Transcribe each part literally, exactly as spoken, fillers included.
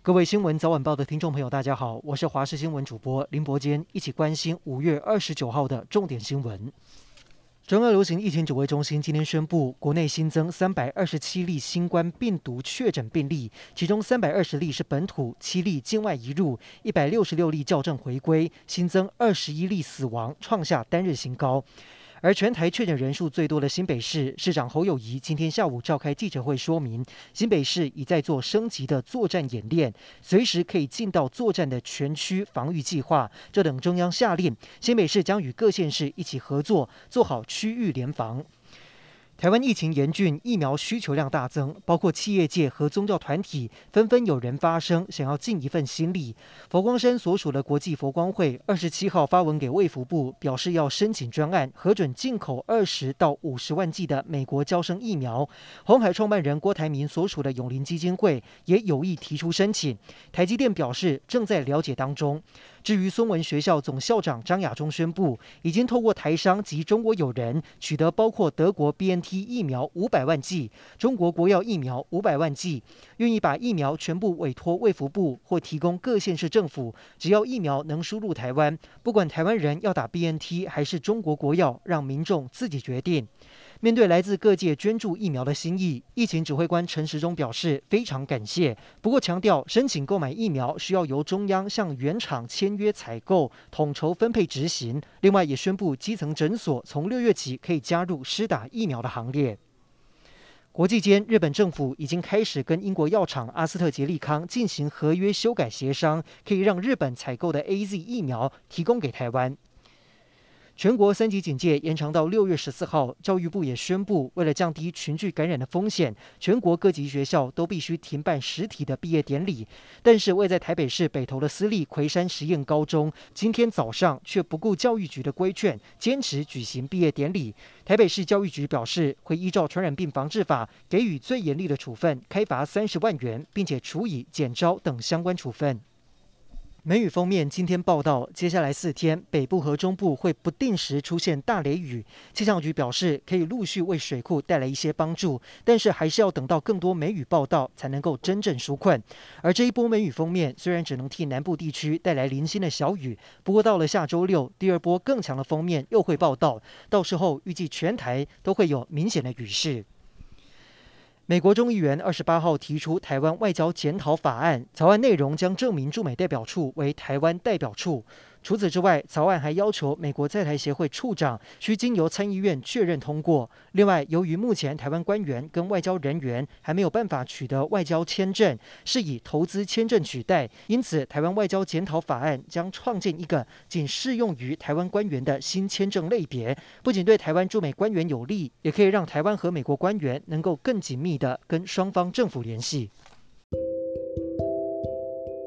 各位新闻早晚报的听众朋友，大家好，我是华视新闻主播林伯坚，一起关心五月二十九号的重点新闻。中央流行疫情指挥中心今天宣布，国内新增三百二十七例新冠病毒确诊病例，其中三百二十例是本土，七例境外移入，一百六十六例校正回归，新增二十一例死亡，创下单日新高。而全台确诊人数最多的新北市市长侯友宜今天下午召开记者会，说明新北市已在做升级的作战演练，随时可以进到作战的全区防御计划。这等中央下令，新北市将与各县市一起合作，做好区域联防。台湾疫情严峻，疫苗需求量大增，包括企业界和宗教团体纷纷有人发声，想要尽一份心力。佛光山所属的国际佛光会二十七号发文给卫福部，表示要申请专案，核准进口二十到五十万剂的美国嬌生疫苗。鸿海创办人郭台铭所属的永林基金会也有意提出申请。台积电表示正在了解当中。至于孙文学校总校长张亚中宣布，已经透过台商及中国友人取得包括德国 B N T 疫苗五百万剂、中国国药疫苗五百万剂，愿意把疫苗全部委托卫福部或提供各县市政府，只要疫苗能输入台湾，不管台湾人要打 B N T 还是中国国药，让民众自己决定。面对来自各界捐助疫苗的心意，疫情指挥官陈时中表示非常感谢，不过强调申请购买疫苗需要由中央向原厂签约采购，统筹分配执行。另外也宣布基层诊所从六月起可以加入施打疫苗的行列。国际间，日本政府已经开始跟英国药厂阿斯特捷利康进行合约修改协商，可以让日本采购的 A Z 疫苗提供给台湾。全国三级警戒延长到六月十四号，教育部也宣布，为了降低群聚感染的风险，全国各级学校都必须停办实体的毕业典礼。但是位在台北市北投的私立魁山实验高中，今天早上却不顾教育局的规劝，坚持举行毕业典礼。台北市教育局表示，会依照传染病防治法给予最严厉的处分，开罚三十万元，并且处以减招等相关处分。梅雨封面今天报道，接下来四天北部和中部会不定时出现大雷雨。气象局表示，可以陆续为水库带来一些帮助，但是还是要等到更多梅雨报道才能够真正纾困。而这一波梅雨封面虽然只能替南部地区带来零星的小雨，不过到了下周六，第二波更强的封面又会报道，到时候预计全台都会有明显的雨势。美国众议员二十八号提出台湾外交检讨法案，草案内容将证明驻美代表处为台湾代表处。除此之外，草案还要求美国在台协会处长需经由参议院确认通过。另外，由于目前台湾官员跟外交人员还没有办法取得外交签证，是以投资签证取代，因此台湾外交检讨法案将创建一个仅适用于台湾官员的新签证类别，不仅对台湾驻美官员有利，也可以让台湾和美国官员能够更紧密地跟双方政府联系。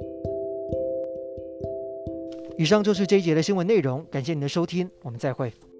以上就是这一节的新闻内容，感谢您的收听，我们再会。